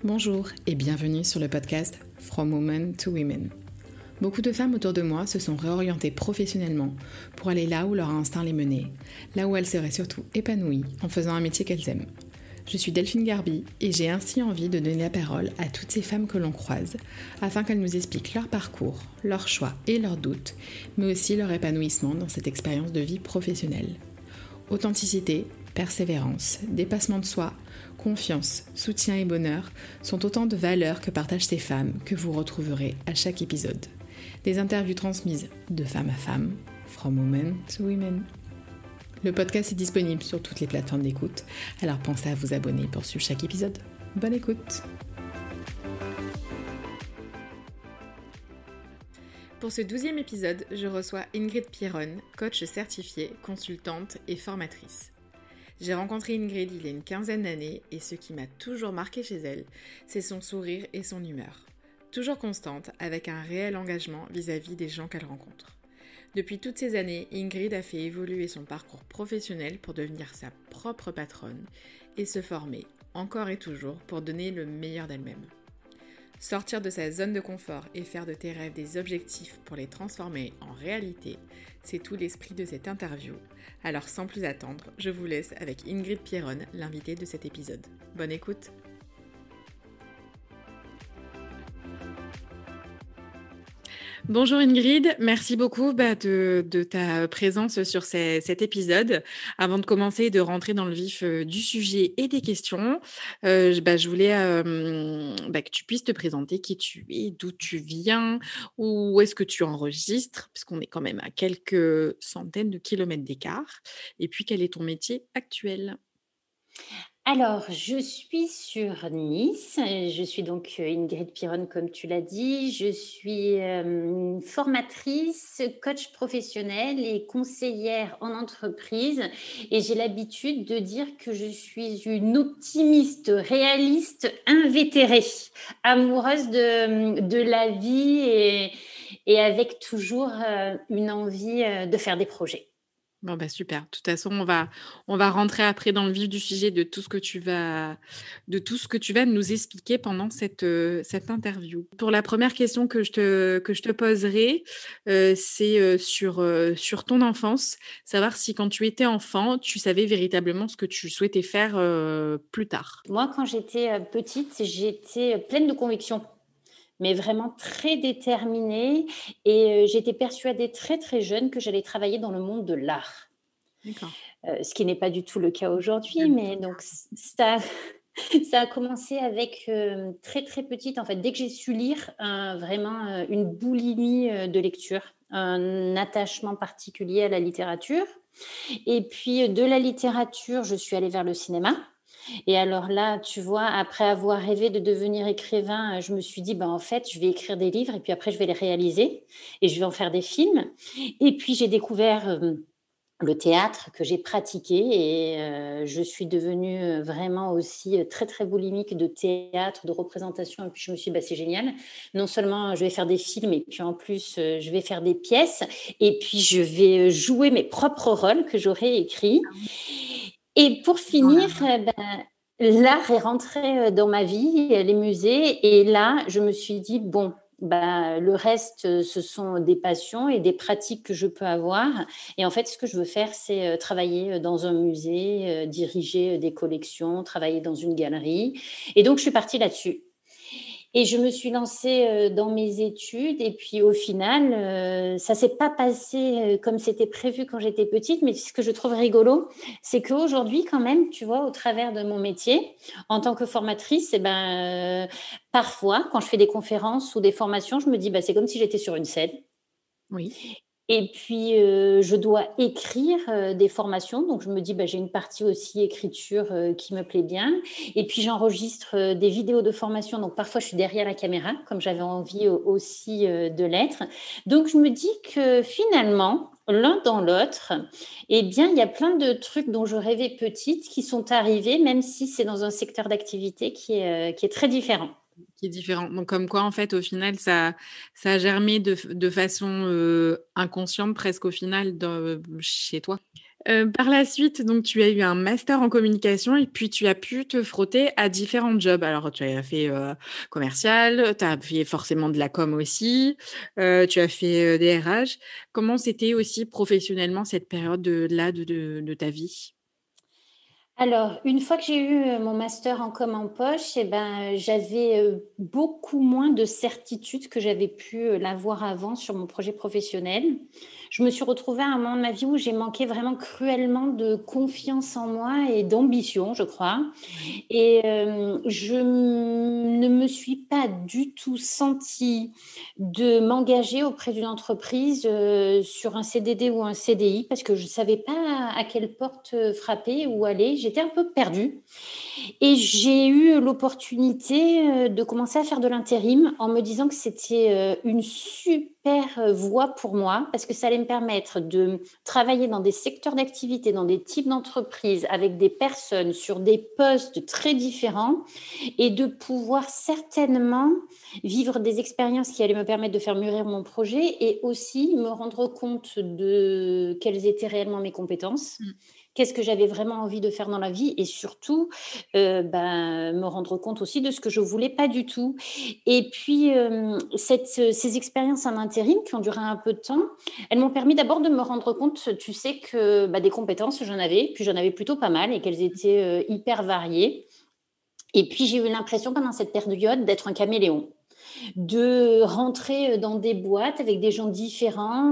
Bonjour et bienvenue sur le podcast From Women to Women. Beaucoup de femmes autour de moi se sont réorientées professionnellement pour aller là où leur instinct les menait, là où elles seraient surtout épanouies en faisant un métier qu'elles aiment. Je suis Delphine Garby et j'ai ainsi envie de donner la parole à toutes ces femmes que l'on croise afin qu'elles nous expliquent leur parcours, leurs choix et leurs doutes, mais aussi leur épanouissement dans cette expérience de vie professionnelle. Authenticité, persévérance, dépassement de soi, confiance, soutien et bonheur sont autant de valeurs que partagent ces femmes que vous retrouverez à chaque épisode. Des interviews transmises de femme à femme, from women to women. Le podcast est disponible sur toutes les plateformes d'écoute, alors pensez à vous abonner pour suivre chaque épisode. Bonne écoute! Pour ce 12e épisode, je reçois Ingrid Pierron, coach certifiée, consultante et formatrice. J'ai rencontré Ingrid il y a une quinzaine d'années et ce qui m'a toujours marqué chez elle, c'est son sourire et son humeur. Toujours constante, avec un réel engagement vis-à-vis des gens qu'elle rencontre. Depuis toutes ces années, Ingrid a fait évoluer son parcours professionnel pour devenir sa propre patronne et se former, encore et toujours, pour donner le meilleur d'elle-même. Sortir de sa zone de confort et faire de tes rêves des objectifs pour les transformer en réalité, c'est tout l'esprit de cette interview. Alors sans plus attendre, je vous laisse avec Ingrid Pierron, l'invitée de cet épisode. Bonne écoute! Bonjour Ingrid, merci beaucoup de ta présence sur cet épisode. Avant de commencer et de rentrer dans le vif du sujet et des questions, je voulais que tu puisses te présenter qui tu es, d'où tu viens, où est-ce que tu enregistres, puisqu'on est quand même à quelques centaines de kilomètres d'écart, et puis quel est ton métier actuel? Alors, je suis sur Nice. Je suis donc Ingrid Piron, comme tu l'as dit. Je suis formatrice, coach professionnel et conseillère en entreprise. Et j'ai l'habitude de dire que je suis une optimiste, réaliste, invétérée, amoureuse de la vie et avec toujours une envie de faire des projets. Bon super. De toute façon, on va rentrer après dans le vif du sujet de tout ce que tu vas nous expliquer pendant cette interview. Pour la première question que je te poserai, c'est, sur ton enfance, savoir si quand tu étais enfant, tu savais véritablement ce que tu souhaitais faire, plus tard? Moi, quand j'étais petite, j'étais pleine de convictions, mais vraiment très déterminée et j'étais persuadée très, très jeune que j'allais travailler dans le monde de l'art. D'accord. Ce qui n'est pas du tout le cas aujourd'hui, Bien du mais tout. donc ça ça a commencé avec, très, très petite, en fait. Dès que j'ai su lire, vraiment, une boulimie, de lecture, un attachement particulier à la littérature et puis, de la littérature, je suis allée vers le cinéma. Et alors là, tu vois, après avoir rêvé de devenir écrivain, je me suis dit: «Ben, en fait, je vais écrire des livres et puis après je vais les réaliser et je vais en faire des films» et puis j'ai découvert, le théâtre que j'ai pratiqué et je suis devenue, vraiment aussi, très, très boulimique de théâtre, de représentation et puis je me suis dit: «Bah, c'est génial. Non seulement je vais faire des films et puis en plus, je vais faire des pièces et puis je vais, jouer mes propres rôles que j'aurais écrits» et pour Dans finir, la l'art est rentré, dans ma vie, les musées et là, je me suis dit: «Bon, bah, le reste, ce sont des passions et des pratiques que je peux avoir» et en fait, ce que je veux faire, c'est, travailler, dans un musée, diriger, des collections, travailler dans une galerie et donc je suis partie là-dessus. Et je me suis lancée, dans mes études et puis au final, ça s'est pas passé, comme c'était prévu quand j'étais petite, mais ce que je trouve rigolo, c'est qu'aujourd'hui quand même, tu vois, au travers de mon métier, en tant que formatrice et ben, parfois quand je fais des conférences ou des formations, je me dis: «Bah, c'est comme si j'étais sur une scène». Oui. Et puis, je dois écrire, des formations, donc je me dis: «Bah, j'ai une partie aussi écriture, qui me plaît bien» et puis j'enregistre, des vidéos de formation, donc parfois je suis derrière la caméra, comme j'avais envie aussi, de l'être. Donc je me dis que finalement, l'un dans l'autre, eh bien, il y a plein de trucs dont je rêvais petite qui sont arrivés, même si c'est dans un secteur d'activité qui est très différent. Qui est différent. Donc comme quoi, en fait, au final, ça a germé de façon, inconsciente presque au final chez toi? Par la suite, donc tu as eu un master en communication et puis tu as pu te frotter à différents jobs. Alors tu as fait, commercial, tu as fait forcément de la com aussi, tu as fait, des RH. Comment c'était aussi professionnellement cette période de ta vie? Alors, une fois que j'ai eu, mon master en com en poche et ben, j'avais, beaucoup moins de certitude que j'avais pu, l'avoir avant sur mon projet professionnel. Je me suis retrouvée à un moment de ma vie où j'ai manqué vraiment cruellement de confiance en moi et d'ambition, je crois. Ouais. Et je ne me suis pas du tout sentie de m'engager auprès d'une entreprise, sur un CDD ou un CDI parce que je ne savais pas à quelle porte, frapper, où aller. J'étais un peu perdue et j'ai eu l'opportunité, de commencer à faire de l'intérim en me disant que c'était, une super, voie pour moi parce que ça allait me permettre de travailler dans des secteurs d'activité, dans des types d'entreprises, avec des personnes sur des postes très différents et de pouvoir certainement vivre des expériences qui allaient me permettre de faire mûrir mon projet et aussi me rendre compte de quelles étaient réellement mes compétences. Mmh. Qu'est-ce que j'avais vraiment envie de faire dans la vie et surtout, ben, me rendre compte aussi de ce que je voulais pas du tout et puis, ces expériences en intérim qui ont duré un peu de temps, elles m'ont permis d'abord de me rendre compte, tu sais, que, bah, des compétences, j'en avais, puis j'en avais plutôt pas mal et qu'elles étaient, hyper variées et puis j'ai eu l'impression pendant cette période d'être un caméléon, de rentrer, dans des boîtes avec des gens différents,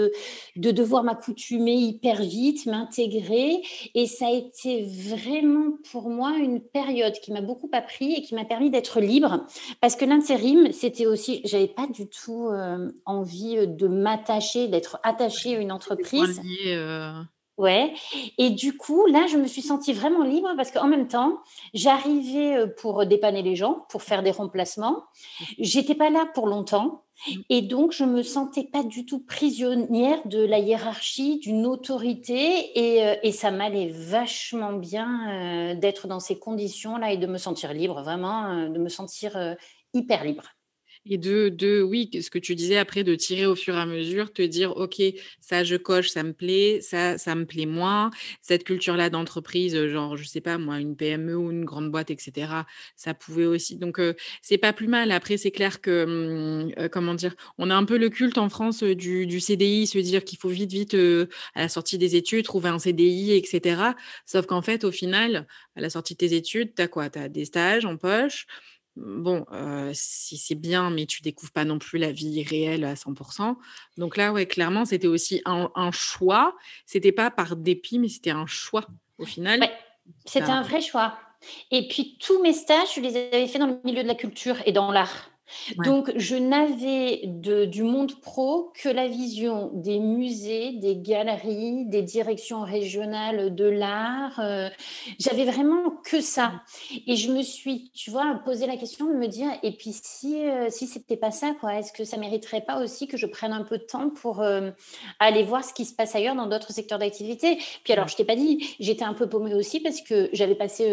de devoir m'accoutumer hyper vite, m'intégrer et ça a été vraiment pour moi une période qui m'a beaucoup appris et qui m'a permis d'être libre. Parce que l'intérim, c'était aussi j'avais pas du tout, envie, de m'attacher, d'être attachée à une Des points entreprise. liés, Ouais et du coup, là, je me suis sentie vraiment libre parce qu'en même temps, j'arrivais, pour dépanner les gens, pour faire des remplacements. J'étais pas là pour longtemps mmh. et donc je me sentais pas du tout prisonnière de la hiérarchie, d'une autorité et ça m'allait vachement bien, d'être dans ces conditions-là et de me sentir libre, vraiment, de me sentir, hyper libre. Et de oui, ce que tu disais après de tirer au fur et à mesure, te dire: «OK, ça je coche, ça me plaît, ça me plaît moins. Cette culture-là d'entreprise, genre, je sais pas moi, une PME ou une grande boîte et cetera, ça pouvait aussi» donc c'est pas plus mal. Après c'est clair que, comment dire? On a un peu le culte en France, du CDI, se dire qu'il faut vite, vite, à la sortie des études, trouver un CDI et cetera. Sauf qu'en fait, au final, à la sortie de tes études, tu as quoi? Tu as des stages en poche. Bon, si c'est bien, mais tu découvres pas non plus la vie réelle à 100. Donc là, ouais, clairement, c'était aussi un choix. C'était pas par dépit, mais c'était un choix au final. Ouais, Tu c'était un vrai choix et puis tous mes stages, je les avais faits dans le milieu de la culture et dans l'art. ouais. Donc je n'avais du monde pro que la vision des musées, des galeries, des directions régionales de l'art, j'avais vraiment que ça et je me suis, tu vois, posé la question de me dire: «Et puis si c'était pas ça quoi, est-ce que ça mériterait pas aussi que je prenne un peu de temps pour, aller voir ce qui se passe ailleurs dans d'autres secteurs d'activité?» Puis alors, Ouais. je t'ai pas dit, j'étais un peu paumée aussi parce que j'avais passé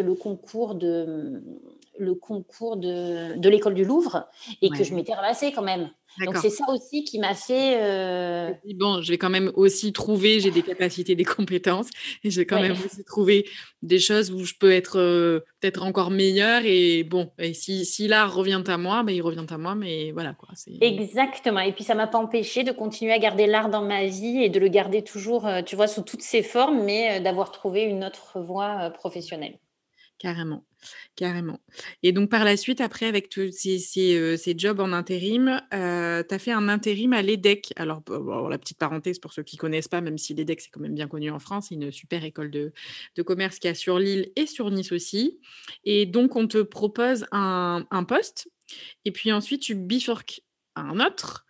le concours de l'école du Louvre et que je Ouais, m'étais ramassée quand même. Donc d'accord. c'est ça aussi qui m'a fait, Tu dit: «Bon, je vais quand même aussi trouver j'ai des capacités, des compétences et je vais quand ouais, même aussi trouver des choses où je peux être, peut-être encore meilleure et bon et si l'art revient à moi, il revient à moi, mais voilà quoi, c'est» exactement et puis ça m'a pas empêché de continuer à garder l'art dans ma vie et de le garder toujours, tu vois, sous toutes ses formes, mais d'avoir trouvé une autre voie, professionnelle. Carrément, carrément et donc par la suite, après avec tous ces jobs en intérim, tu as fait un intérim à l'EDEC. Alors bon, la petite parenthèse pour ceux qui connaissent pas, même si l'EDEC, c'est quand même bien connu en France, c'est une super école de commerce qu'il y a sur Lille et sur Nice aussi et donc on te propose un poste et puis ensuite tu bifurques à un autre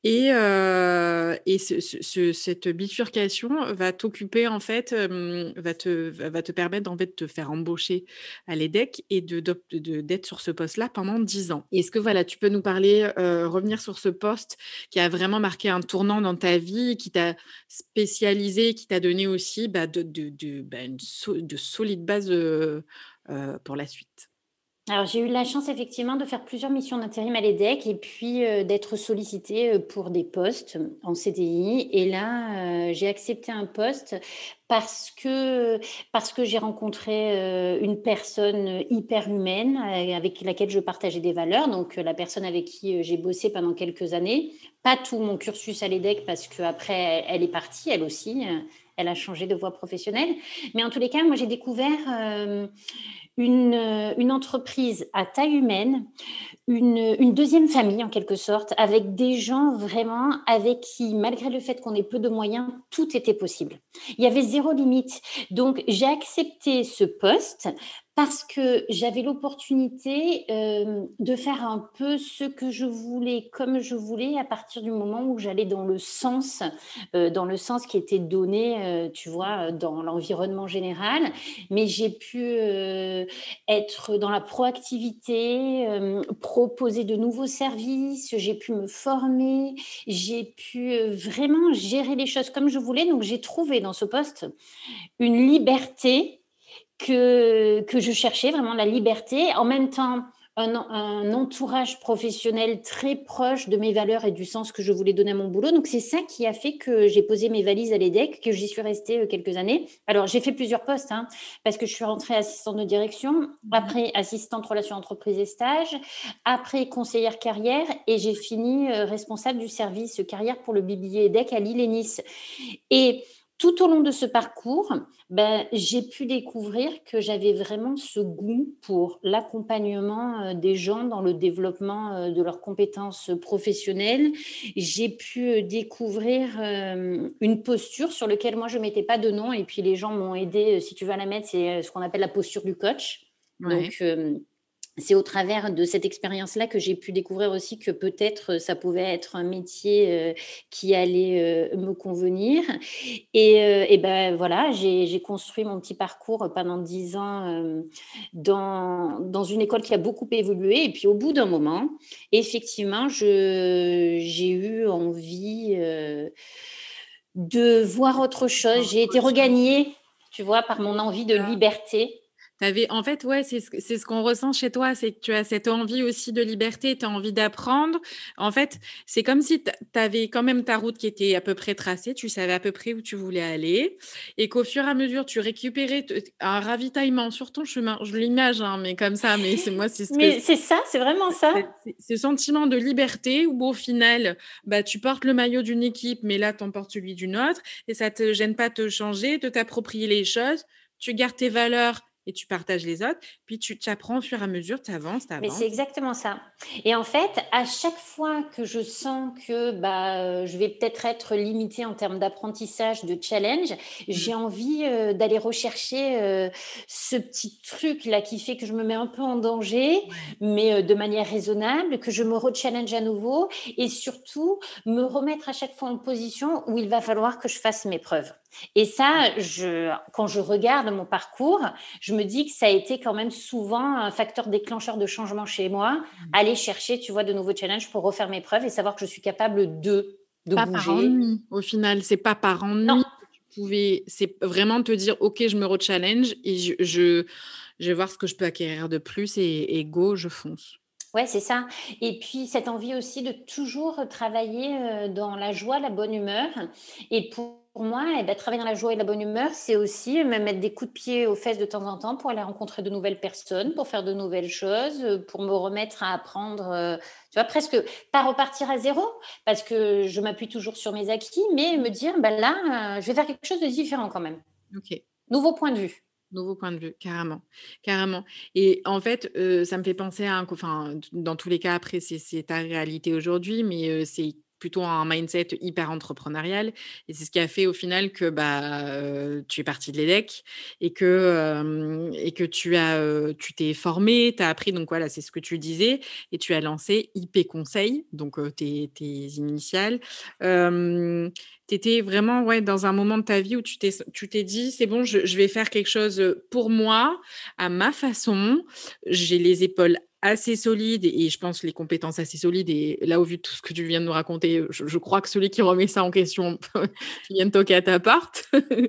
et cette bifurcation va t'occuper en fait, va te permettre en fait de te faire embaucher à l'EDEC et d'être sur ce poste-là pendant 10 ans. Est-ce que voilà, tu peux nous parler, revenir sur ce poste qui a vraiment marqué un tournant dans ta vie, qui t'a spécialisé, qui t'a donné aussi, de solides bases, pour la suite? Alors, j'ai eu la chance effectivement de faire plusieurs missions d'intérim à l'EDEC et puis, d'être sollicitée, pour des postes en CDI et là, j'ai accepté un poste parce que parce que j'ai rencontré, une personne, hyper humaine, avec laquelle je partageais des valeurs, donc la personne avec qui, j'ai bossé pendant quelques années. Pas tout mon cursus à l'EDEC parce qu'après elle est partie, elle aussi, elle a changé de voie professionnelle. Mais en tous les cas, moi j'ai découvert, une entreprise à taille humaine, une 2e famille en quelque sorte, avec des gens vraiment avec qui, malgré le fait qu'on ait peu de moyens, tout était possible. Il y avait 0 limite. Donc j'ai accepté ce poste parce que j'avais l'opportunité, de faire un peu ce que je voulais, comme je voulais, à partir du moment où j'allais dans le sens qui était donné, tu vois, dans l'environnement général. Mais j'ai pu, être dans la proactivité, proposer de nouveaux services, j'ai pu me former, j'ai pu, vraiment gérer les choses comme je voulais. Donc j'ai trouvé dans ce poste une liberté que je cherchais, vraiment la liberté. En même temps, un entourage professionnel très proche de mes valeurs et du sens que je voulais donner à mon boulot. Donc c'est ça qui a fait que j'ai posé mes valises à l'EDEC, que j'y suis restée, quelques années. Alors j'ai fait plusieurs postes, hein, parce que je suis rentrée assistante de direction, après assistante relations entreprises et stages, après conseillère carrière et j'ai fini, responsable du service carrière pour le BBA EDEC à Lille et Nice. Et tout au long de ce parcours, ben, j'ai pu découvrir que j'avais vraiment ce goût pour l'accompagnement, des gens dans le développement, de leurs compétences, professionnelles. J'ai pu, découvrir, une posture sur lequel moi je mettais pas de nom et puis les gens m'ont aidée, si tu veux, à la mettre. C'est, ce qu'on appelle la posture du coach. Ouais. Donc, c'est au travers de cette expérience-là que j'ai pu découvrir aussi que peut-être, ça pouvait être un métier, qui allait, me convenir et ben, voilà, j'ai construit mon petit parcours pendant 10 ans, dans une école qui a beaucoup évolué et puis au bout d'un moment, effectivement, je j'ai eu envie, de voir autre chose. J'ai été regagnée, tu vois, par mon envie de liberté. En fait, ouais, c'est ce qu'on ressent chez toi, c'est que tu as cette envie aussi de liberté, tu as envie d'apprendre. En fait, c'est comme si tu avais quand même ta route qui était à peu près tracée, tu savais à peu près où tu voulais aller et qu'au fur et à mesure, tu récupérais un ravitaillement sur ton chemin. Je l'image, hein, mais comme ça, mais c'est moi, c'est ce que Mais c'est ça, c'est vraiment ça. ce sentiment de liberté où au final, bah, tu portes le maillot d'une équipe, mais là, tu en portes celui d'une autre et ça te gêne pas de te changer, de t'approprier les choses. Tu gardes tes valeurs et tu partages les autres. Puis tu apprends au fur et à mesure, tu avances, tu Mais c'est avances. exactement ça et en fait, à chaque fois que je sens que, bah, je vais peut-être être limitée en termes d'apprentissage, de challenge, Mmh. j'ai envie, d'aller rechercher, ce petit truc-là qui fait que je me mets un peu en danger, Ouais. mais, de manière raisonnable, que je me rechallenge à nouveau et surtout me remettre à chaque fois en position où il va falloir que je fasse mes preuves et ça, quand je regarde mon parcours, je me dis que ça a été quand même souvent un facteur déclencheur de changement chez moi, Mmh. aller chercher, tu vois, de nouveaux challenges pour refaire mes preuves et savoir que je suis capable de Pas par bouger. ennui, au final, c'est pas par Non, ennui que tu pouvais c'est vraiment te dire: «OK, je me rechallenge et je vais voir ce que je peux acquérir de plus et go, je fonce». ouais, c'est ça et puis cette envie aussi de toujours travailler, dans la joie, la bonne humeur et pour moi et bah, travailler dans la joie et la bonne humeur, c'est aussi me mettre des coups de pied aux fesses de temps en temps pour aller rencontrer de nouvelles personnes, pour faire de nouvelles choses, pour me remettre à apprendre, tu vois? Presque pas repartir à zéro parce que je m'appuie toujours sur mes acquis, mais me dire: «Bah, là, je vais faire quelque chose de différent quand même. OK. Nouveau point de vue». Nouveau point de vue, carrément, carrément et en fait, ça me fait penser à un co enfin, dans tous les cas, après, c'est ta réalité aujourd'hui, mais c'est plutôt un mindset hyper entrepreneurial et c'est ce qui a fait au final que, bah, tu es partie de l'EDEC et que tu t'es formée, tu as appris donc voilà, c'est ce que tu disais et tu as lancé IP Conseil, donc tes initiales. Tu étais vraiment, ouais, dans un moment de ta vie où tu t'es dit: «C'est bon, je vais faire quelque chose, pour moi, à ma façon. J'ai les épaules assez solide et je pense les compétences assez solides et là, au vu de tout ce que tu viens de nous raconter, je crois que celui qui remet ça en question vient de toquer à ta porte.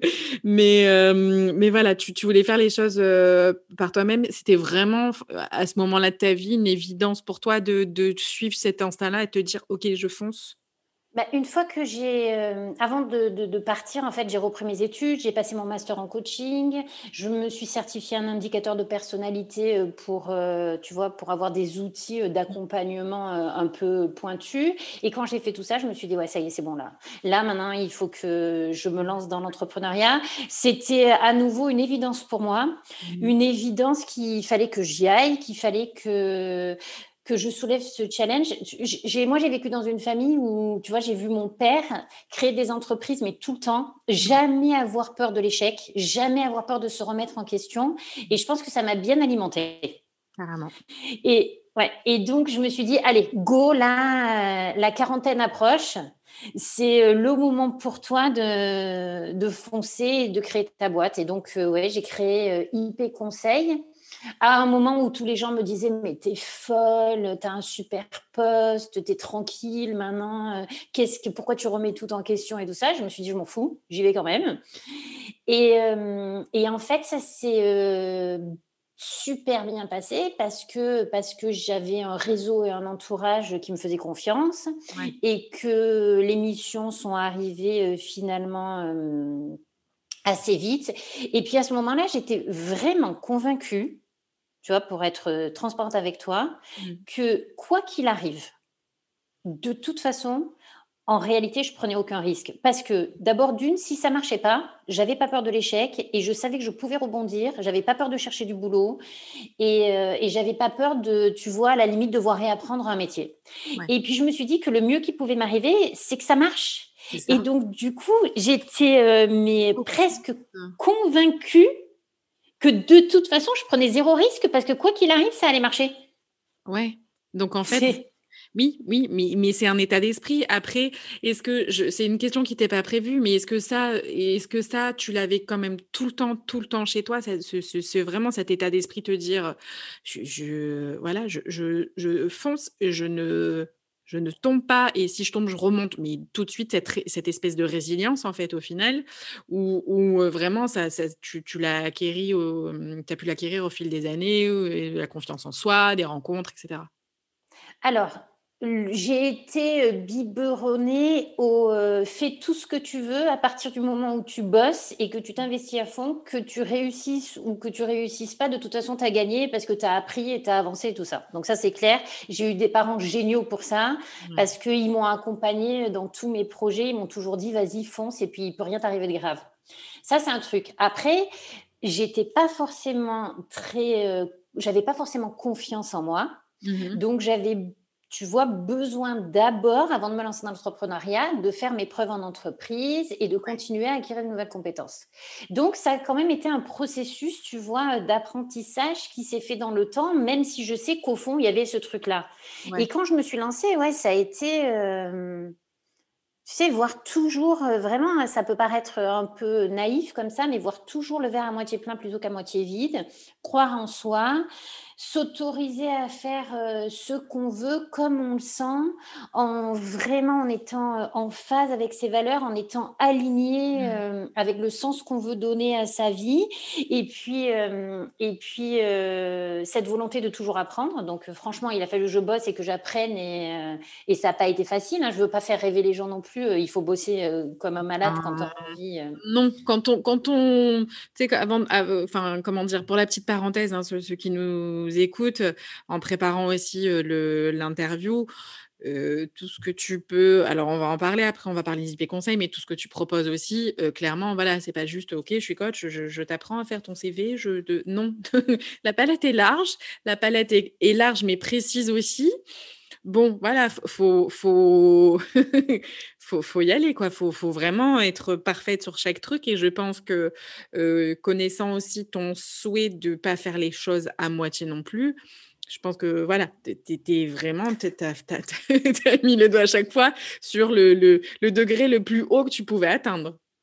Mais voilà, tu voulais faire les choses, par toi-même. C'était vraiment à ce moment-là de ta vie, une évidence pour toi de suivre cet instinct-là et te dire: «OK, je fonce»? Bah, une fois que avant de partir, en fait, j'ai repris mes études, j'ai passé mon master en coaching, je me suis certifiée un indicateur de personnalité, pour, tu vois, pour avoir des outils, d'accompagnement, un peu pointus et quand j'ai fait tout ça, je me suis dit: «Ouais, ça y est, c'est bon là. Là, maintenant, il faut que je me lance dans l'entrepreneuriat». C'était à nouveau une évidence pour moi, Mmh. une évidence qu'il fallait que j'y aille, qu'il fallait que je soulève ce challenge. Moi, j'ai vécu dans une famille où, tu vois, j'ai vu mon père créer des entreprises, mais tout le temps, jamais avoir peur de l'échec, jamais avoir peur de se remettre en question. Et je pense que ça m'a bien alimentée. Carrément. Et, ouais, et donc, je me suis dit, allez, go, là, la quarantaine approche. C'est le moment pour toi de foncer et de créer ta boîte. Et donc, ouais, j'ai créé IP Conseil à un moment où tous les gens me disaient: «Mais t'es folle, t'as un super poste, t'es tranquille maintenant, pourquoi tu remets tout en question?» et tout ça. Je me suis dit: «Je m'en fous, j'y vais quand même» et en fait, ça s'est, super bien passé parce que j'avais un réseau et un entourage qui me faisaient confiance Ouais. et que les missions sont arrivées, finalement, assez vite et puis à ce moment-là, j'étais vraiment convaincue, tu vois, pour être, transparente avec toi, Mmh. que quoi qu'il arrive, de toute façon, en réalité, je prenais aucun risque. Parce que d'abord d'une, si ça marchait pas, j'avais pas peur de l'échec et je savais que je pouvais rebondir. J'avais pas peur de chercher du boulot et j'avais pas peur de, tu vois, à la limite, devoir réapprendre un métier. Ouais, Et puis je me suis dit que le mieux qui pouvait m'arriver, c'est que ça marche. c'est Et ça. donc du coup, j'étais, mais presque Mmh. convaincue que de toute façon, je prenais zéro risque parce que quoi qu'il arrive, ça allait marcher. Ouais, donc en fait C'est oui, oui, mais c'est un état d'esprit. Après, est-ce que je c'est une question qui t'est pas prévue, mais est-ce que ça, tu l'avais quand même tout le temps chez toi, ça ce vraiment cet état d'esprit, te dire: voilà, je fonce, je ne tombe pas et si je tombe, je remonte», mais tout de suite cette espèce de résilience, en fait, au final, où vraiment ça tu l'as acquéri tu as pu l'acquérir au fil des années, et la confiance en soi, des rencontres et cetera? alors, j'ai été, biberonnée au, «fais tout ce que tu veux à partir du moment où tu bosses et que tu t'investis à fond, que tu réussisses ou que tu réussisses pas, de toute façon, tu as gagné parce que tu as appris et tu as avancé et tout ça». Donc ça, c'est clair. J'ai eu des parents géniaux pour ça, Mmh. parce qu'ils m'ont accompagnée dans tous mes projets. Ils m'ont toujours dit: «Vas-y, fonce et puis il peut rien t'arriver de grave». Ça, c'est un truc. Après, j'étais pas forcément j'avais pas forcément confiance en moi. Mmh mh. Donc j'avais, tu vois, besoin d'abord, avant de me lancer dans l'entrepreneuriat, de faire mes preuves en entreprise et de Ouais, continuer à acquérir de nouvelles compétences. Donc ça a quand même été un processus, tu vois, d'apprentissage qui s'est fait dans le temps, même si je sais qu'au fond, il y avait ce truc-là. Et ouais. quand je me suis lancée, ouais, ça a été, tu sais, voir toujours, vraiment, ça peut paraître, un peu naïf comme ça, mais voir toujours le verre à moitié plein plutôt qu'à moitié vide, croire en soi, s'autoriser à faire, ce qu'on veut comme on le sent, en étant, en phase avec ses valeurs, en étant aligné, Mmh. avec le sens qu'on veut donner à sa vie et puis, cette volonté de toujours apprendre. Donc, franchement, il a fallu que je bosse et que j'apprenne et ça a pas été facile, hein. Je veux pas faire rêver les gens non plus, il faut bosser, comme un malade quand on Ben, a envie, non, quand on tu sais, qu'avant enfin, comment dire? Pour la petite parenthèse, hein, ceux qui nous écoutent, en préparant aussi, le l'interview, tout ce que tu peux alors on va en parler après, on va parler d'IP Conseil, mais tout ce que tu proposes aussi, clairement, voilà, c'est pas juste: «OK, je suis coach, je t'apprends à faire ton CV, je te» non, la palette est large, la palette est large mais précise aussi. Bon, voilà, faut faut y aller, quoi. Faut vraiment être parfaite sur chaque truc et je pense que, connaissant aussi ton souhait de pas faire les choses à moitié non plus, je pense que voilà, tu vraiment tu as mis le doigt à chaque fois sur le degré le plus haut que tu pouvais atteindre.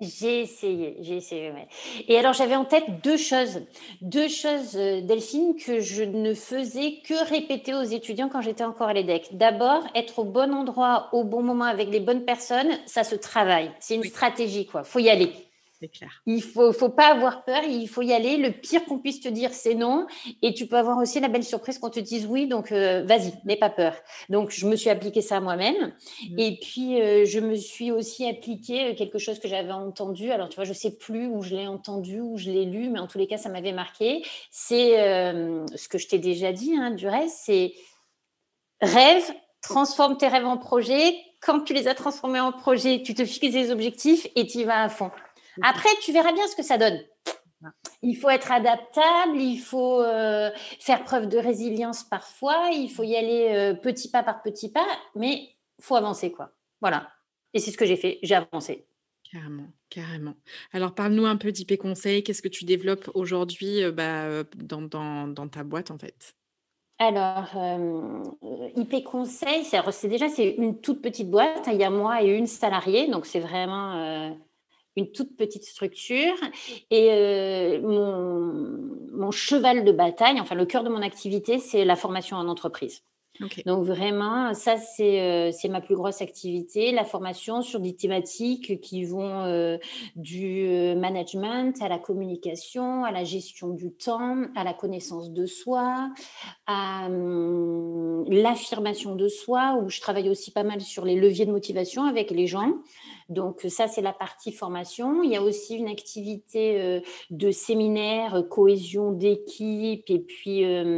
J'ai essayé, ouais. Et alors j'avais en tête 2 choses, Delphine, que je ne faisais que répéter aux étudiants quand j'étais encore à l'EDEC. D'abord, être au bon endroit, au bon moment avec les bonnes personnes, ça se travaille. C'est une Oui, stratégie, quoi. Faut y aller. c'est clair. Faut pas avoir peur, il faut y aller. Le pire qu'on puisse te dire, c'est non. Et tu peux avoir aussi la belle surprise qu'on te dise oui. Donc, vas-y, n'aie pas peur. Donc, je me suis appliqué ça à moi-même. Mmh. Et puis, je me suis aussi appliqué quelque chose que j'avais entendu. Alors, tu vois, je sais plus où je l'ai entendu, où je l'ai lu, mais en tous les cas, ça m'avait marqué. C'est ce que je t'ai déjà dit, hein, du reste, c'est rêve, transforme tes rêves en projets. Quand tu les as transformés en projets, tu te fixes des objectifs et tu y vas à fond. C'est ça. Après, tu verras bien ce que ça donne. Il faut être adaptable, il faut faire preuve de résilience parfois, il faut y aller petit pas par petit pas, mais il faut avancer, quoi. Voilà. Et c'est ce que j'ai fait, j'ai avancé. Carrément, carrément. Alors parle-nous un peu d'IP Conseil. Qu'est-ce que tu développes aujourd'hui, dans ta boîte, en fait? Alors, IP Conseil, c'est une toute petite boîte, hein, il y a moi et une salariée, donc c'est vraiment, une toute petite structure et mon cheval de bataille, enfin le cœur de mon activité, c'est la formation en entreprise. OK. Donc vraiment, ça, c'est ma plus grosse activité, la formation sur des thématiques qui vont, du, management à la communication, à la gestion du temps, à la connaissance de soi, à, l'affirmation de soi, où je travaille aussi pas mal sur les leviers de motivation avec les gens. Donc ça, c'est la partie formation. Il y a aussi une activité, de séminaire, cohésion d'équipe et puis,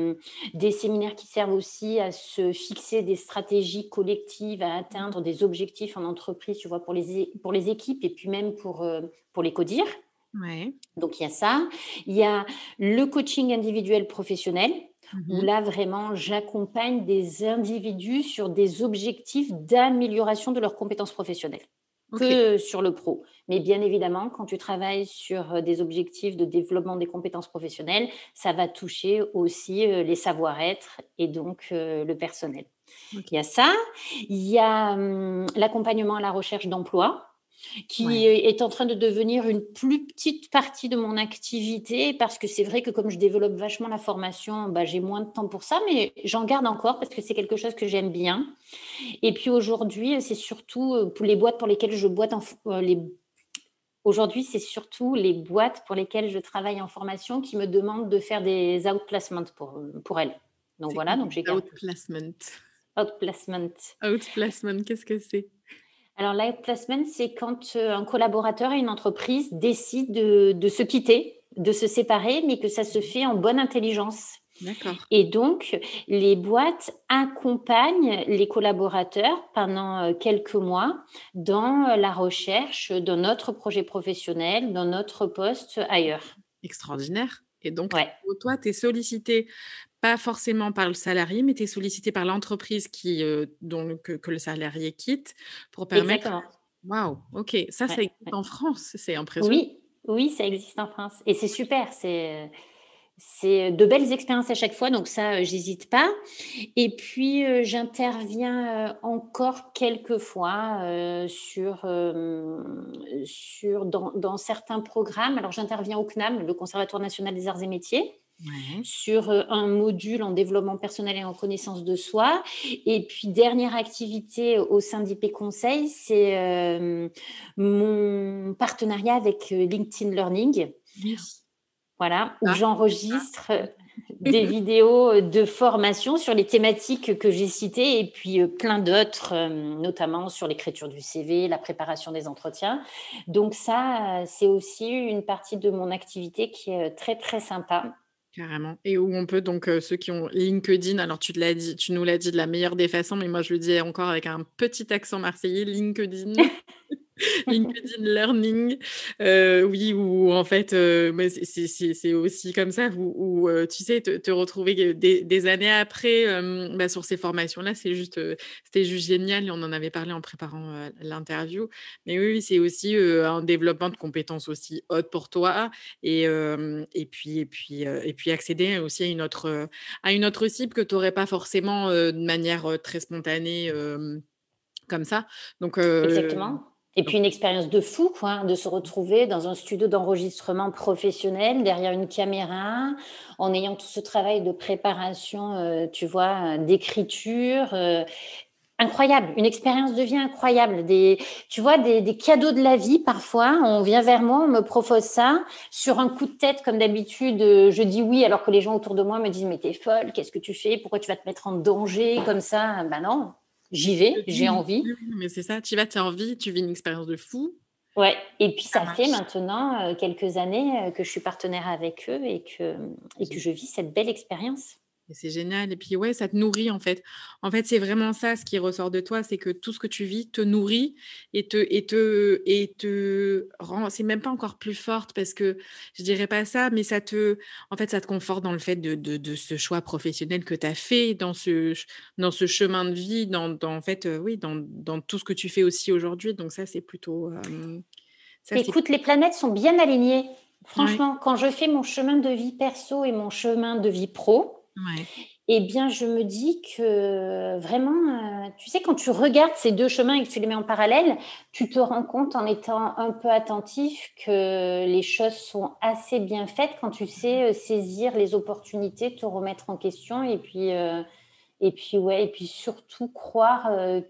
des séminaires qui servent aussi à se fixer des stratégies collectives, à atteindre des objectifs en entreprise, tu vois? Pour les équipes et puis même pour les CODIR. Ouais. Donc il y a ça. Il y a le coaching individuel professionnel, où Mmh. là vraiment j'accompagne des individus sur des objectifs d'amélioration de leurs compétences professionnelles, OK. que sur le pro. Mais bien évidemment, quand tu travailles sur, des objectifs de développement des compétences professionnelles, ça va toucher aussi, les savoir-être et donc, le personnel. Il y OK. a ça, il y a, l'accompagnement à la recherche d'emploi qui Ouais. est en train de devenir une plus petite partie de mon activité parce que c'est vrai que comme je développe vachement la formation, bah, j'ai moins de temps pour ça, mais j'en garde encore parce que c'est quelque chose que j'aime bien. Et puis aujourd'hui, c'est surtout, pour les boîtes pour lesquelles je boite en f les aujourd'hui, c'est surtout les boîtes pour lesquelles je travaille en formation qui me demandent de faire des outplacements pour elles. Donc C'est quoi voilà, donc je garde outplacement? outplacement. Outplacement, qu'est-ce que c'est? Alors l'outplacement, c'est quand, un collaborateur et une entreprise décident de se quitter, de se séparer, mais que ça se Mmh. fait en bonne intelligence. D'accord. Et donc les boîtes accompagnent les collaborateurs pendant, quelques mois dans, la recherche d'un autre projet professionnel, d'un autre poste ailleurs. Extraordinaire. Et donc Ouais, toi, tu es sollicité pas forcément par le salarié, mais tu es sollicité par l'entreprise dont que le salarié quitte pour permettre exactement. waouh, OK, ça Ouais, existe ouais. en France, c'est impressionnant. Oui, oui, ça existe en France et c'est super, c'est de belles expériences à chaque fois, donc ça, j'hésite pas. Et puis, j'interviens, encore quelques fois, sur dans certains programmes. Alors j'interviens au CNAM, le Conservatoire national des arts et métiers, Ouais, sur, un module en développement personnel et en connaissance de soi. Et puis dernière activité au sein d'IP Conseil, c'est, mon partenariat avec, LinkedIn Learning. oui. Voilà, où Ah, j'enregistre, mmh. des vidéos, de formation sur les thématiques que j'ai citées et puis, plein d'autres, notamment sur l'écriture du CV, la préparation des entretiens. Donc ça, c'est aussi une partie de mon activité qui est, très, très sympa. Carrément, et où on peut donc, ceux qui ont LinkedIn, alors tu nous l'as dit de la meilleure des façons, mais moi je le dis encore avec un petit accent marseillais, LinkedIn. LinkedIn Learning, oui, où en fait, mais c'est aussi comme ça où, tu sais, te retrouver des années après, sur ces formations-là, c'était juste génial et on en avait parlé en préparant, l'interview. Mais oui, oui, c'est aussi, un développement de compétences aussi hautes pour toi et puis accéder aussi à une autre cible que tu aurais pas forcément, de manière, très spontanée, comme ça. Donc Exactement. Et puis une expérience de fou, quoi, de se retrouver dans un studio d'enregistrement professionnel, derrière une caméra, en ayant tout ce travail de préparation, tu vois, d'écriture, incroyable, une expérience de vie incroyable. Tu vois, des cadeaux de la vie parfois. On vient vers moi, on me propose ça. Sur un coup de tête, comme d'habitude, je dis oui, alors que les gens autour de moi me disent, mais t'es folle, qu'est-ce que tu fais? Pourquoi tu vas te mettre en danger comme ça? Ben non, j'y vais, j'ai Oui, envie. oui, oui, mais c'est ça, tu vas, tu as envie, tu vis une expérience de fou, Ouais, et puis ça ça fait marche. maintenant, quelques années, que je suis partenaire avec eux et que je vis cette belle expérience. Et c'est génial et puis ouais, ça te nourrit en fait. En fait, c'est vraiment ça ce qui ressort de toi, c'est que tout ce que tu vis te nourrit et te rend c'est même pas encore plus forte parce que je dirais pas ça, mais ça te conforte dans le fait de ce choix professionnel que tu as fait, dans ce chemin de vie, en fait, oui, dans tout ce que tu fais aussi aujourd'hui, donc ça, c'est plutôt, ça c'est Écoute, les planètes sont bien alignées. ouais, Franchement, quand je fais mon chemin de vie perso et mon chemin de vie pro, ouais. eh bien, je me dis que vraiment, tu sais, quand tu regardes ces 2 chemins et que tu les mets en parallèle, tu te rends compte en étant un peu attentif que les choses sont assez bien faites quand tu sais, saisir les opportunités, te remettre en question et puis ouais et puis surtout croire,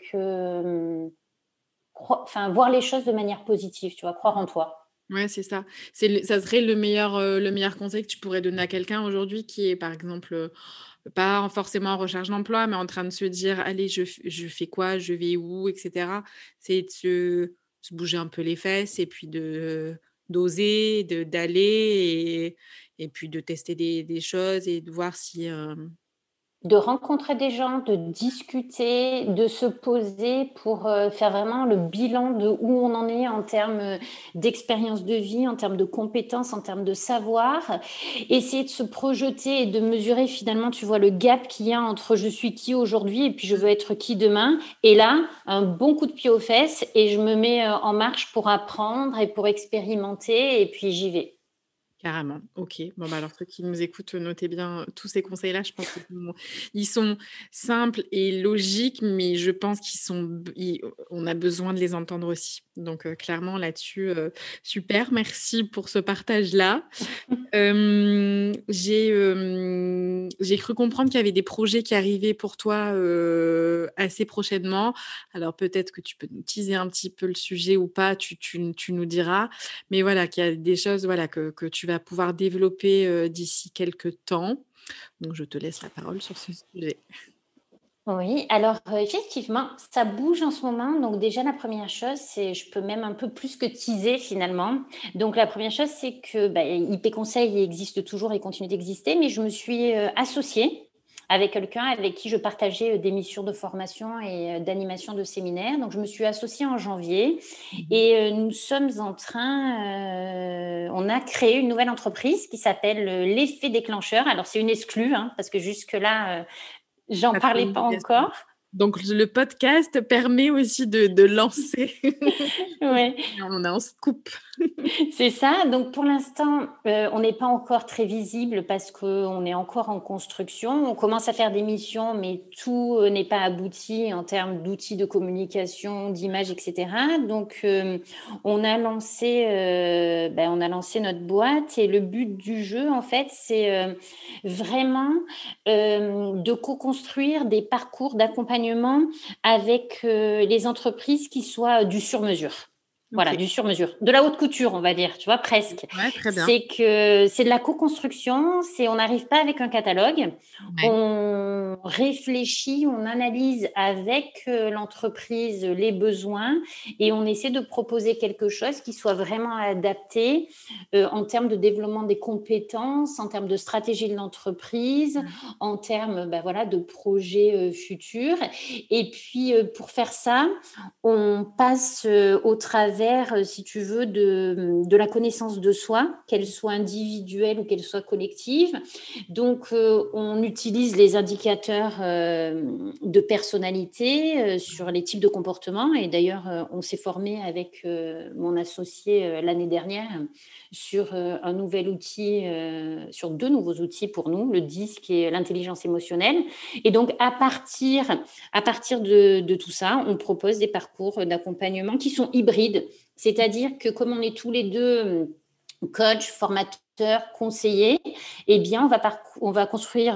enfin, voir les choses de manière positive, tu vois? Croire en toi. Ouais, c'est ça. Ça serait le meilleur conseil que tu pourrais donner à quelqu'un aujourd'hui qui est, par exemple, pas forcément en recherche d'emploi, mais en train de se dire: «Allez, je fais quoi? Je vais où?» et cetera. C'est de se bouger un peu les fesses et puis d'oser, d'aller et puis de tester des choses et de voir si, De rencontrer des gens, de discuter, de se poser pour, faire vraiment le bilan de où on en est en termes, d'expérience de vie, en termes de compétences, en termes de savoir. Essayer de se projeter et de mesurer finalement, tu vois, le gap qu'il y a entre je suis qui aujourd'hui et puis je veux être qui demain. Et là, un bon coup de pied aux fesses et je me mets, en marche pour apprendre et pour expérimenter et puis j'y vais. carrément, OK. Bon, bah, alors ceux qui nous écoutent, notez bien tous ces conseils-là. Je pense qu'ils sont simples et logiques, mais je pense qu'ils sont b ils on a besoin de les entendre aussi. Donc, clairement là-dessus, super, merci pour ce partage-là. J'ai cru comprendre qu'il y avait des projets qui arrivaient pour toi, assez prochainement. Alors peut-être que tu peux nous teaser un petit peu le sujet ou pas, tu nous diras. Mais voilà, qu'il y a des choses, voilà, que tu vas pouvoir développer, d'ici quelques temps. Donc je te laisse la parole sur ce sujet. Oui, alors, effectivement, ça bouge en ce moment. Donc déjà, la première chose, c'est je peux même un peu plus que teaser finalement. Donc la première chose, c'est que, bah, IP Conseil existe toujours et continue d'exister, mais je me suis, associée avec quelqu'un avec qui je partageais, des missions de formation et d'animation de séminaires. Donc je me suis associée en janvier Mmh. et nous sommes en train, on a créé une nouvelle entreprise qui s'appelle, l'Effet déclencheur. Alors c'est une exclue, hein, parce que jusque-là, j'en Pas de parlais pas communication. encore. Donc le podcast permet aussi de lancer. Ouais, On a un scoop. c'est ça. Donc pour l'instant, on n'est pas encore très visible parce qu'on est encore en construction. On commence à faire des missions, mais tout, n'est pas abouti en termes d'outils de communication, d'images et cetera. Donc, on a lancé notre boîte et le but du jeu, en fait, c'est, vraiment, de co-construire des parcours d'accompagnement avec, les entreprises qui soient, du sur mesure. Voilà, OK. du sur-mesure, de la haute couture, on va dire, tu vois? Presque. Ouais, très bien. C'est que c'est de la co-construction, on n'arrive pas avec un catalogue. Ouais. On réfléchit, on analyse avec, l'entreprise, les besoins et on essaie de proposer quelque chose qui soit vraiment adapté, en termes de développement des compétences, en termes de stratégie de l'entreprise, Mmh. en termes, bah, voilà, de projets, futurs et puis, pour faire ça, on passe, au travers travers, si tu veux, de la connaissance de soi, qu'elle soit individuelle ou qu'elle soit collective. Donc, on utilise les indicateurs de personnalité sur les types de comportements. Et d'ailleurs, on s'est formé avec mon associé l'année dernière sur un nouvel outil, sur 2 nouveaux outils pour nous, le DISC et l'intelligence émotionnelle. Et donc, à partir de tout ça, on propose des parcours d'accompagnement qui sont hybrides. C'est-à-dire que comme on est tous les deux coach, formateur, conseiller, eh bien, on va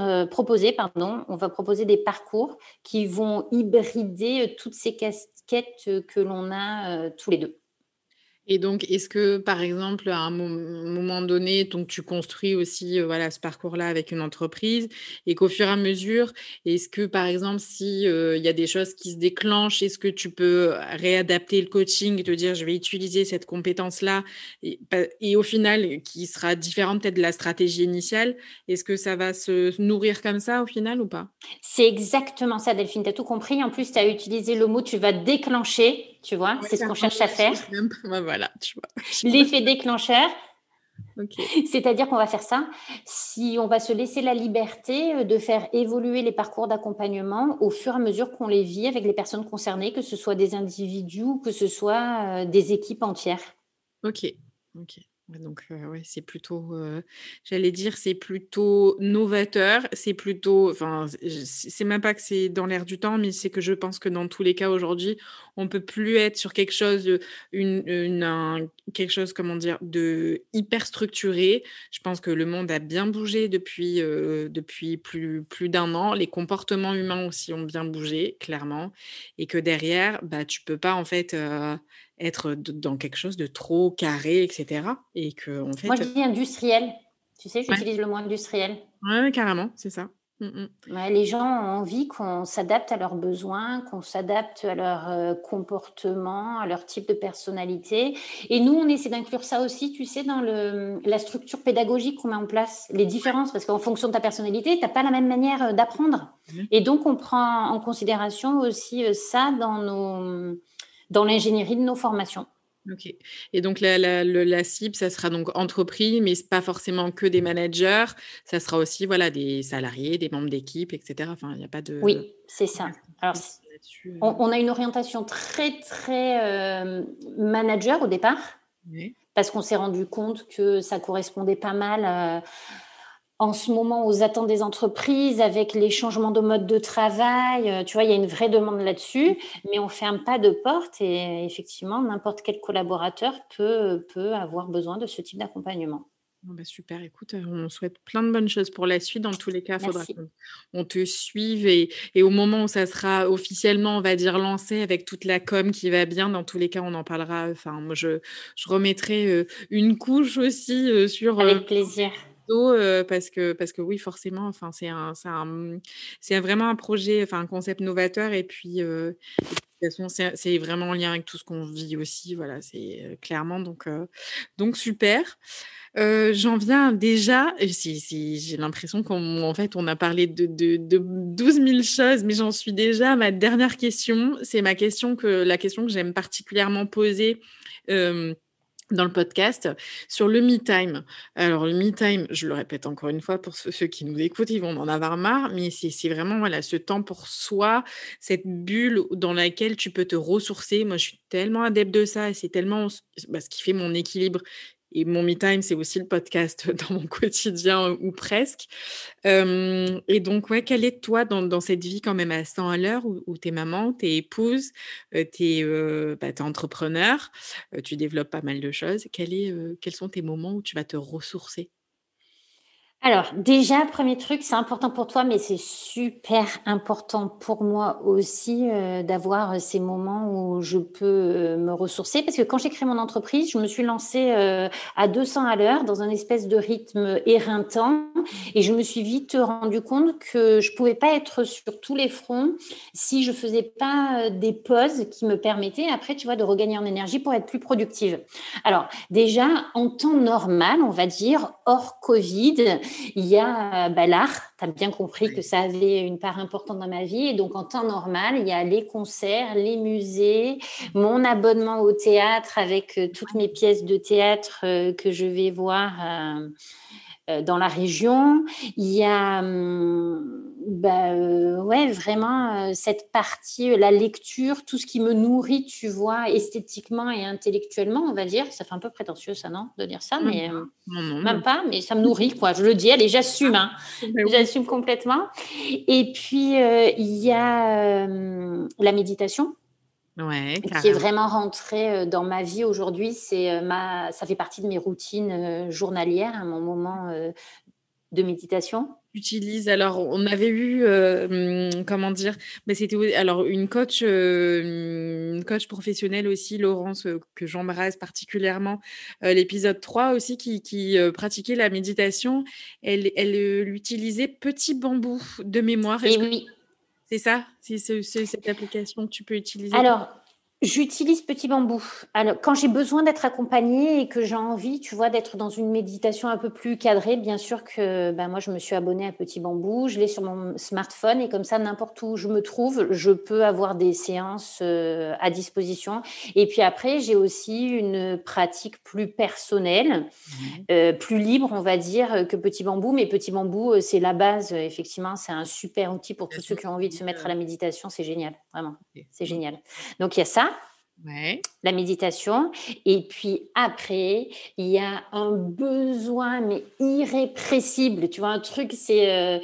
proposer des parcours qui vont hybrider toutes ces casquettes que l'on a tous les deux. Et donc, est-ce que, par exemple, à un moment donné, donc tu construis aussi, voilà, ce parcours-là avec une entreprise et qu'au fur et à mesure, est-ce que, par exemple, si, il y a des choses qui se déclenchent, est-ce que tu peux réadapter le coaching et te dire: «Je vais utiliser cette compétence-là» et au final, qui sera différente peut-être de la stratégie initiale? Est-ce que ça va se nourrir comme ça au final ou pas? C'est exactement ça, Delphine, tu as tout compris. En plus, tu as utilisé le mot, tu vas déclencher, tu vois, Ouais, c'est ce ça qu'on ressemble cherche à à quelque faire. chose même. Ouais, voilà, tu vois? L'effet déclencheur, OK. c'est-à-dire qu'on va faire ça, si on va se laisser la liberté de faire évoluer les parcours d'accompagnement au fur et à mesure qu'on les vit avec les personnes concernées, que ce soit des individus ou que ce soit des équipes entières. OK, OK. Ouais, donc ouais, c'est plutôt, j'allais dire, c'est plutôt novateur, c'est plutôt enfin, c'est même pas que c'est dans l'air du temps, mais c'est que je pense que dans tous les cas aujourd'hui, on peut plus être sur quelque chose, quelque chose, comment dire? De hyper structuré. Je pense que le monde a bien bougé depuis plus d'un an. Les comportements humains aussi ont bien bougé, clairement et que derrière, bah, tu peux pas en fait, être dans quelque chose de trop carré et cetera et que en Moi, fait je dis industriel. Tu sais, ouais, j'utilise le mot industriel. ouais, ouais, carrément, c'est ça. Mmh mh. Ouais, les gens ont envie qu'on s'adapte à leurs besoins, qu'on s'adapte à leur comportement, à leur type de personnalité. Et nous, on essaie d'inclure ça aussi, tu sais, dans la structure pédagogique qu'on met en place, les différences, parce qu'en fonction de ta personnalité, tu n'as pas la même manière d'apprendre. Mmh. Et donc, on prend en considération aussi ça dans l'ingénierie de nos formations. OK et donc la cible, ça sera donc entreprise, mais c'est pas forcément que des managers, ça sera aussi, voilà, des salariés, des membres d'équipe et cetera. Enfin, il y a pas de Oui, c'est ça. Alors, restriction là-dessus, on a une orientation très, très manager au départ. ouais. Parce qu'on s'est rendu compte que ça correspondait pas mal, en ce moment aux attentes des entreprises avec les changements de mode de travail, tu vois? Il y a une vraie demande là-dessus, mais on ferme pas de porte et effectivement, n'importe quel collaborateur peut avoir besoin de ce type d'accompagnement. Bon, bah, super, écoute, on souhaite plein de bonnes choses pour la suite. Dans tous les cas, il faudra Merci. qu'on te suive et au moment où ça sera officiellement, on va dire, lancé avec toute la com qui va bien, dans tous les cas, on en parlera. Enfin, moi, je remettrai, une couche aussi, sur, Avec plaisir. parce que oui, forcément, enfin, c'est vraiment un projet, enfin, un concept novateur et puis, de toute façon, c'est vraiment en lien avec tout ce qu'on vit aussi, voilà, c'est, clairement donc super. J'en viens déjà j'ai l'impression qu'en fait, on a parlé de 12 000 choses, mais j'en suis déjà à ma dernière question. C'est la question que j'aime particulièrement poser, hem, dans le podcast, sur le me time. Alors le me time, je le répète encore une fois pour ceux qui nous écoutent, ils vont en avoir marre, mais c'est vraiment, voilà, ce temps pour soi, cette bulle dans laquelle tu peux te ressourcer. Moi, je suis tellement adepte de ça et c'est tellement ce qui fait mon équilibre et mon me time, c'est aussi le podcast dans mon quotidien, ou presque. Hem et donc ouais, quelle est toi dans cette vie quand même à 100 à l'heure où tu es maman, tu es épouse, tu es entrepreneur, tu développes pas mal de choses. Quels sont tes moments où tu vas te ressourcer? Alors, déjà, premier truc, c'est important pour toi, mais c'est super important pour moi aussi, d'avoir, ces moments où je peux, me ressourcer. Parce que quand j'ai créé mon entreprise, je me suis lancée, à 200 à l'heure dans un espèce de rythme éreintant et je me suis vite rendu compte que je pouvais pas être sur tous les fronts si je faisais pas, des pauses qui me permettaient après, tu vois, de regagner en énergie pour être plus productive. Alors déjà, en temps normal, on va dire, hors Covid, il y a l'art. Tu as bien compris que ça avait une part importante dans ma vie. Et donc, en temps normal, il y a les concerts, les musées, mon abonnement au théâtre avec toutes mes pièces de théâtre que je vais voir dans la région. Il y a vraiment cette partie, la lecture, tout ce qui me nourrit, tu vois, esthétiquement et intellectuellement, on va dire. Ça fait un peu prétentieux, ça, non, de dire ça, mais Non, non, même pas, mais ça me nourrit, quoi. Je le dis, allez, j'assume, hein. oui. J'assume complètement. Et puis, il y a la méditation. Ouais, Qui est vraiment rentrée dans ma vie aujourd'hui. Ça fait partie de mes routines journalières, à mon moment de méditation. Alors, on avait eu, comment dire? Mais c'était alors une coach professionnelle aussi, Laurence, que j'embrasse particulièrement, l'épisode 3 aussi qui pratiquait la méditation. Elle l'utilisait Petit Bambou de mémoire. Et Est-ce que oui. c'est ça? C'est cette application que tu peux utiliser? Alors, j'utilise Petit Bambou. Alors, quand j'ai besoin d'être accompagnée et que j'ai envie, tu vois, d'être dans une méditation un peu plus cadrée, bien sûr que moi, je me suis abonnée à Petit Bambou. Je l'ai sur mon smartphone et comme ça, n'importe où je me trouve, je peux avoir des séances à disposition. Et puis après, j'ai aussi une pratique plus personnelle, plus libre, on va dire, que Petit Bambou. Mais Petit Bambou, c'est la base. Effectivement, c'est un super outil pour tous ceux qui ont envie de se mettre à la méditation. C'est génial, vraiment. C'est génial. Donc, il y a ça. Ouais. La méditation. Et puis après, il y a un besoin, mais irrépressible. Tu vois, un truc, si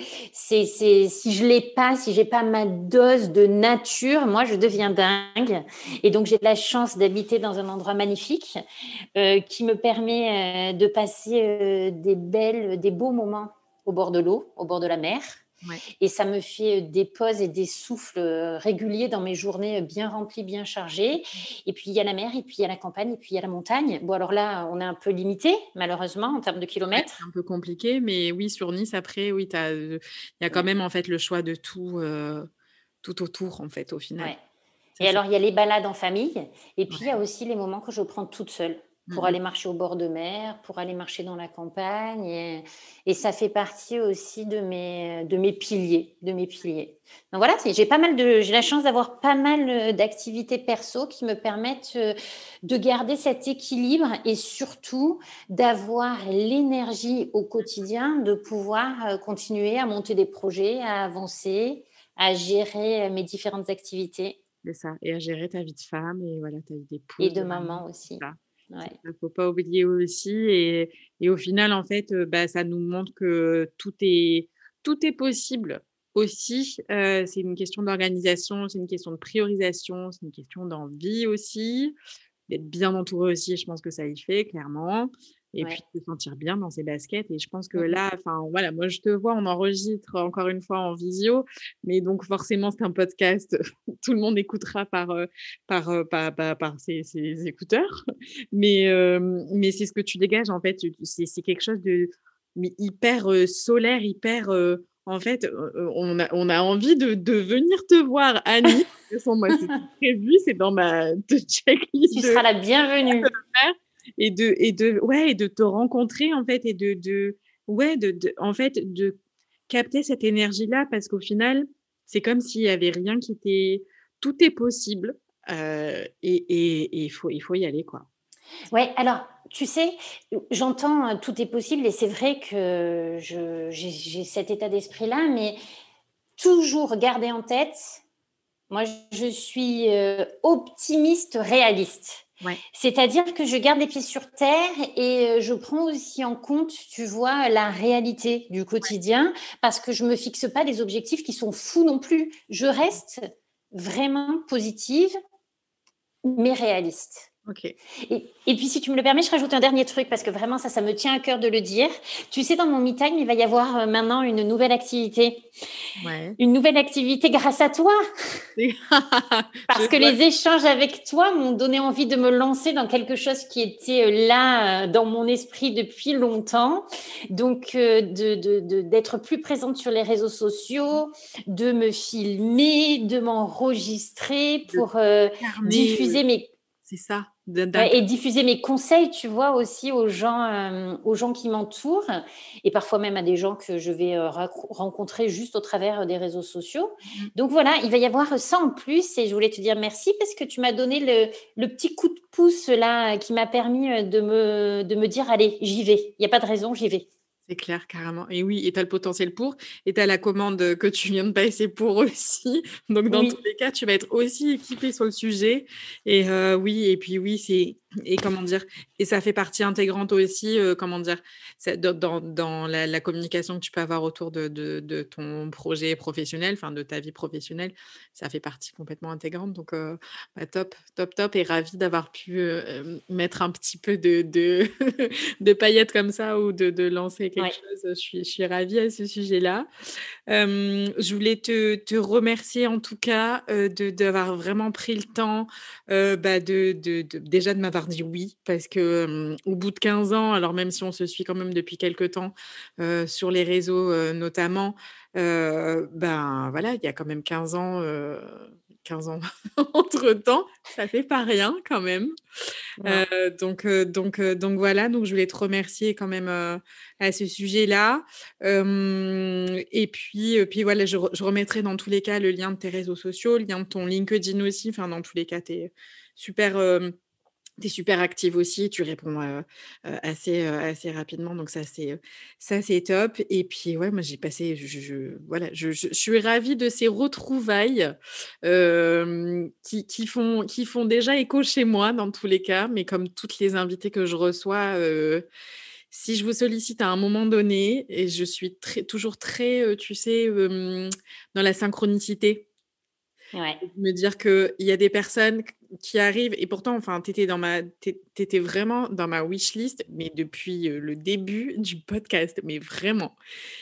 je l'ai pas, si j'ai pas ma dose de nature, moi, je deviens dingue. Et donc, j'ai de la chance d'habiter dans un endroit magnifique qui me permet de passer des beaux moments au bord de l'eau, au bord de la mer. Ouais. Et ça me fait des pauses et des souffles réguliers dans mes journées bien remplies, bien chargées. Et puis, il y a la mer, et puis il y a la campagne, et puis il y a la montagne. Bon, alors là, on est un peu limité, malheureusement, en termes de kilomètres. C'est un peu compliqué, mais oui, sur Nice, après, oui, il y a quand même, en fait, le choix de tout autour, en fait, au final. Ouais. Et alors, il y a les balades en famille, et puis il y a aussi les moments que je prends toute seule pour aller marcher au bord de mer, pour aller marcher dans la campagne. Et ça fait partie aussi de mes piliers. Donc voilà, j'ai la chance d'avoir pas mal d'activités perso qui me permettent de garder cet équilibre et surtout d'avoir l'énergie au quotidien de pouvoir continuer à monter des projets, à avancer, à gérer mes différentes activités. C'est ça, et à gérer ta vie de femme et voilà, ta vie d'épouse. Et de maman aussi. Ouais. Faut pas oublier aussi et au final, en fait, ça nous montre que tout est possible aussi. C'est une question d'organisation, c'est une question de priorisation, c'est une question d'envie aussi, d'être bien entouré aussi, je pense que ça y fait clairement et puis de se sentir bien dans ses baskets et je pense que là, enfin voilà, moi je te vois, on enregistre encore une fois en visio, mais donc forcément c'est un podcast, tout le monde écoutera par ses écouteurs, mais c'est ce que tu dégages en fait, c'est quelque chose de hyper solaire, hyper en fait, on a envie de venir te voir à Nice. De toute façon, moi, c'est prévu, c'est dans ma checklist. Tu seras la bienvenue. Et de te rencontrer en fait et en fait de capter cette énergie-là parce qu'au final, c'est comme s'il y avait rien qui était tout est possible et il faut y aller quoi. Ouais, alors tu sais, j'entends tout est possible et c'est vrai que j'ai cet état d'esprit-là, mais toujours garder en tête, moi je suis optimiste réaliste. Ouais. C'est-à-dire que je garde les pieds sur terre et je prends aussi en compte, tu vois, la réalité du quotidien parce que je me fixe pas des objectifs qui sont fous non plus. Je reste vraiment positive, mais réaliste. Ok. Et puis, si tu me le permets, je rajoute un dernier truc parce que vraiment, ça me tient à cœur de le dire. Tu sais, dans mon me time, il va y avoir maintenant une nouvelle activité. Ouais. Une nouvelle activité grâce à toi. Parce que les échanges avec toi m'ont donné envie de me lancer dans quelque chose qui était là dans mon esprit depuis longtemps. Donc, d'être plus présente sur les réseaux sociaux, de me filmer, de m'enregistrer pour diffuser mes... c'est ça. Ouais, et diffuser mes conseils, tu vois, aussi aux gens qui m'entourent et parfois même à des gens que je vais, rencontrer juste au travers des réseaux sociaux. Mmh. Donc voilà, il va y avoir ça en plus et je voulais te dire merci parce que tu m'as donné le petit coup de pouce là, qui m'a permis, de me dire: «Allez, j'y vais. Il y a pas de raison, j'y vais». C'est clair, carrément et oui et tu as le potentiel pour et tu as la commande, que tu viens de passer pour aussi. Donc dans tous Oui. les cas, tu vas être aussi équipée sur le sujet et oui et puis oui, c'est et comment dire? Et ça fait partie intégrante aussi, comment dire? C'est dans la communication que tu peux avoir autour de ton projet professionnel, enfin de ta vie professionnelle, ça fait partie complètement intégrante donc bah, top, top, top et ravie d'avoir pu, mettre un petit peu de de paillettes comme ça ou de lancer quelque Ouais. chose, je suis ravie à ce sujet-là. Je voulais te remercier en tout cas, d'avoir vraiment pris le temps, bah, de déjà de m'avoir dit oui parce que, au bout de 15 ans, alors même si on se suit quand même depuis quelque temps, sur les réseaux, notamment, ben, voilà, il y a quand même 15 ans entre-temps, ça fait pas rien quand même. Non. Donc voilà, donc je voulais te remercier quand même, à ce sujet-là. Et puis voilà, je remettrai dans tous les cas le lien de tes réseaux sociaux, le lien de ton LinkedIn aussi. Enfin, dans tous les cas, super, tu es super active aussi, tu réponds, assez rapidement, donc ça c'est top et puis ouais, moi j'ai passé voilà, je suis ravie de ces retrouvailles, qui font déjà écho chez moi dans tous les cas, mais comme toutes les invitées que je reçois, si je vous sollicite à un moment donné et je suis toujours très, tu sais, dans la synchronicité. Ouais. Me dire qu'il y a des personnes qui arrivent et pourtant, enfin, tu vraiment dans ma wish list, mais depuis, le début du podcast, mais vraiment.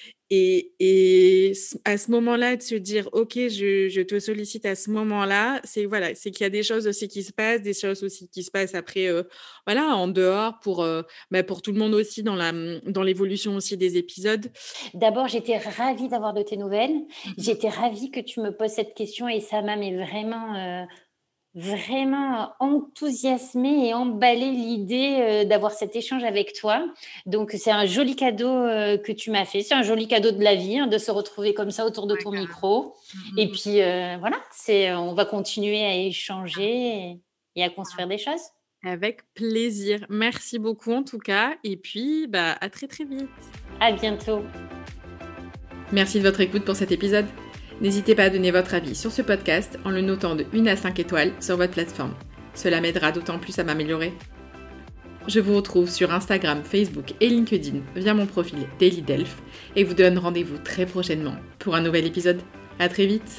À ce moment-là, de se dire: «OK, je te sollicite à ce moment-là», c'est voilà, c'est qu'il y a des choses aussi qui se passent, des choses aussi qui se passent après, voilà, en dehors bah, pour tout le monde aussi dans l'évolution aussi des épisodes. D'abord, j'étais ravie d'avoir de tes nouvelles. Mmh mh. J'étais ravie que tu me poses cette question et ça m'a mais vraiment enthousiasmée et emballé l'idée, d'avoir cet échange avec toi. Donc c'est un joli cadeau, que tu m'as fait. C'est un joli cadeau de la vie, hein, de se retrouver comme ça autour de Ouais, ton carrément. micro Mmh et mh, mmh. puis, voilà, on va continuer à échanger et à construire des choses. Avec plaisir. Merci beaucoup en tout cas et puis, bah, à très, très vite. À bientôt. Merci de votre écoute pour cet épisode. N'hésitez pas à donner votre avis sur ce podcast en le notant de 1 à 5 étoiles sur votre plateforme. Cela m'aidera d'autant plus à m'améliorer. Je vous retrouve sur Instagram, Facebook et LinkedIn via mon profil Daily Delph et vous donne rendez-vous très prochainement pour un nouvel épisode. À très vite!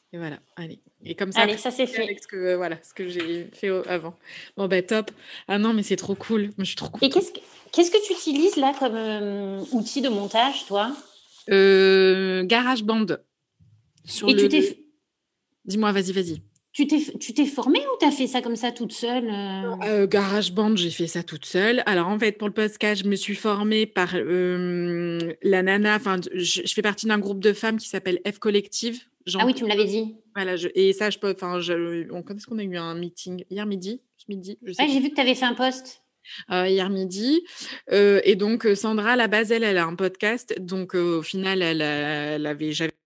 Et voilà, allez. Et comme ça, Allez, après, ça c'est avec fait. ce que j'ai fait avant. Bon, bah top. Ah non, mais c'est trop cool. Moi, je suis trop Et contente. qu'est-ce que tu utilises là comme outil de montage, toi? GarageBand. Sur Et le... Dis-moi, vas-y. tu t'es formée ou t'as fait ça comme ça toute seule? GarageBand, j'ai fait ça toute seule. Alors, en fait, pour le podcast, je me suis formée par la nana. Enfin, je fais partie d'un groupe de femmes qui s'appelle F Collective. Ah oui, tu me l'avais dit. Voilà, et ça, je peux. Enfin, quand est-ce qu'on a eu un meeting? Hier midi? Ce midi, je sais Ouais, plus. j'ai vu que tu avais fait un post. Hier midi. Et donc, Sandra, à la base, elle a un podcast. Donc, au final, j'avais